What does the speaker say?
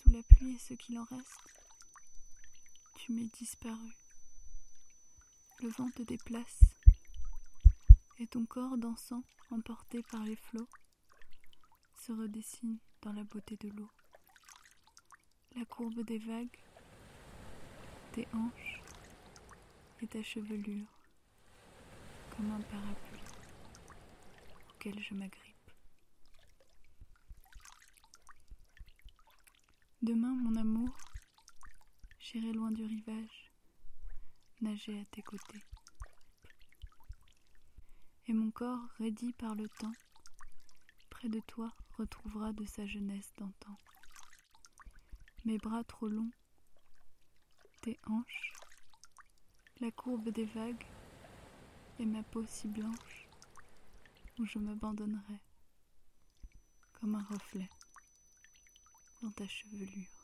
Sous la pluie et ce qu'il en reste, tu m'es disparu. Le vent te déplace, et ton corps dansant, emporté par les flots, se redessine dans la beauté de l'eau. La courbe des vagues, tes hanches et ta chevelure, comme un parapluie auquel je m'agrippe. Demain, mon amour, j'irai loin du rivage, nager à tes côtés. Et mon corps, raidi par le temps, près de toi retrouvera de sa jeunesse d'antan. Mes bras trop longs, tes hanches, la courbe des vagues et ma peau si blanche où je m'abandonnerai comme un reflet dans ta chevelure.